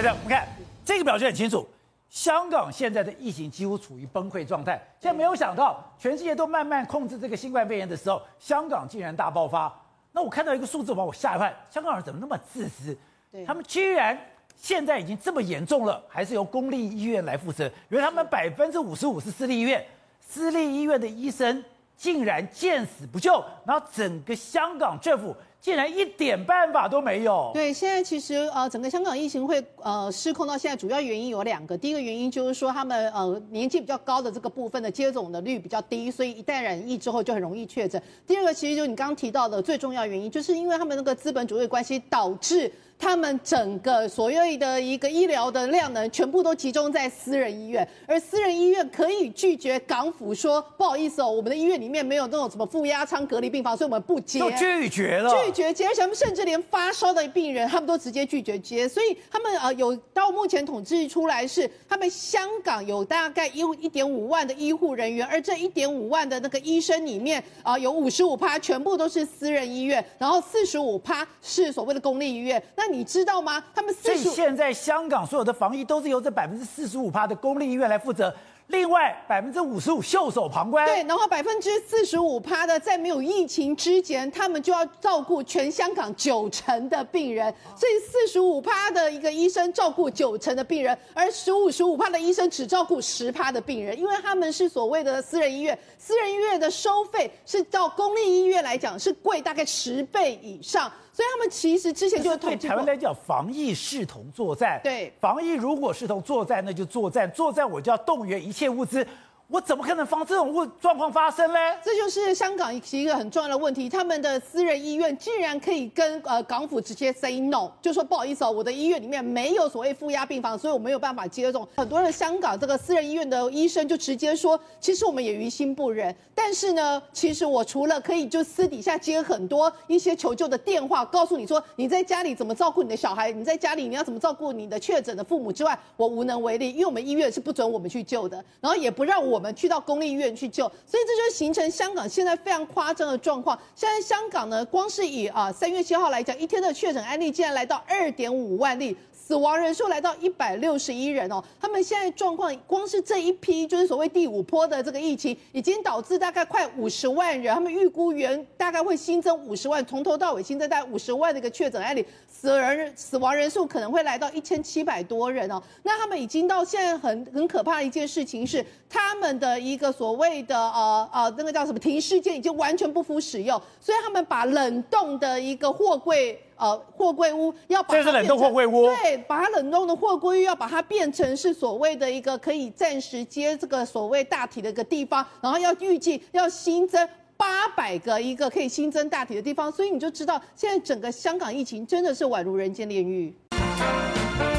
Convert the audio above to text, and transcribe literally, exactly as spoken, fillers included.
的，我们看这个表现很清楚，香港现在的疫情几乎处于崩溃状态。现在没有想到，全世界都慢慢控制这个新冠肺炎的时候，香港竟然大爆发。那我看到一个数字把我吓一跳，香港人怎么那么自私？他们居然现在已经这么严重了，还是由公立医院来负责。原来他们百分之五十五是私立医院，私立医院的医生竟然见死不救，然后整个香港政府竟然一点办法都没有。 对，现在其实呃，整个香港疫情会呃失控到现在，主要原因有两个。第一个原因就是说，他们呃年纪比较高的这个部分的接种的率比较低，所以一旦染疫之后就很容易确诊。第二个，其实就是你刚刚提到的最重要原因，就是因为他们那个资本主义的关系，导致他们整个所谓的一个医疗的量能全部都集中在私人医院，而私人医院可以拒绝港府说不好意思哦，我们的医院里面没有那种什么负压舱隔离病房，所以我们不接， 就拒绝了， 拒绝接，而且他们甚至连发烧的病人他们都直接拒绝接，所以他们呃有到目前统计出来是他们香港有大概一一点五万的医护人员，而这一点五万的那个医生里面啊、呃、有五十五趴全部都是私人医院，然后四十五趴是所谓的公立医院。那你知道吗？他们所以现在香港所有的防疫都是由这百分之四十五趴的公立医院来负责，另外百分之五十五袖手旁观。 对，然后百分之四十五趴的在没有疫情之前，他们就要照顾全香港九成的病人，所以四十五趴的一个医生照顾九成的病人，而十五十五趴的医生只照顾十趴的病人，因为他们是所谓的私人医院，私人医院的收费是到公立医院来讲是贵大概十倍以上。所以他们其实之前就对台湾来讲，防疫视同作战。 对， 防疫如果视同作战，那就作战，作战我就要动员一切物资。我怎么可能防这种状况发生呢？ 这就是香港一个很重要的问题，他们的私人医院竟然可以跟呃港府直接 say no， 就说不好意思哦，我的医院里面没有所谓负压病房，所以我没有办法接种。很多的香港这个私人医院的医生就直接说，其实我们也于心不忍，但是呢，其实我除了可以就私底下接很多一些求救的电话，告诉你说你在家里怎么照顾你的小孩，你在家里你要怎么照顾你的确诊的父母之外，我无能为力，因为我们医院是不准我们去救的，然后也不让我。我们去到公立医院去救，所以这就形成香港现在非常夸张的状况。现在香港呢，光是以啊三月七号来讲，一天的确诊案例竟然来到二点五万例，死亡人数来到一百六十一人哦。他们现在状况，光是这一批就是所谓第五波的这个疫情，已经导致大概快五十万人，他们预估原大概会新增五十万，从头到尾新增大概五十万的一个确诊案例，死人死亡人数可能会来到一千七百多人哦。那他们已经到现在很很可怕的一件事情是，他们的一个所谓的呃呃那个叫什么停尸间已经完全不敷使用，所以他们把冷冻的一个货柜呃货柜屋要把它， 这是冷冻货柜屋， 对，把它冷冻的货柜屋要把它变成是所谓的一个可以暂时接这个所谓大体的一个地方，然后要预计要新增八百个一个可以新增大体的地方，所以你就知道现在整个香港疫情真的是宛如人间炼狱。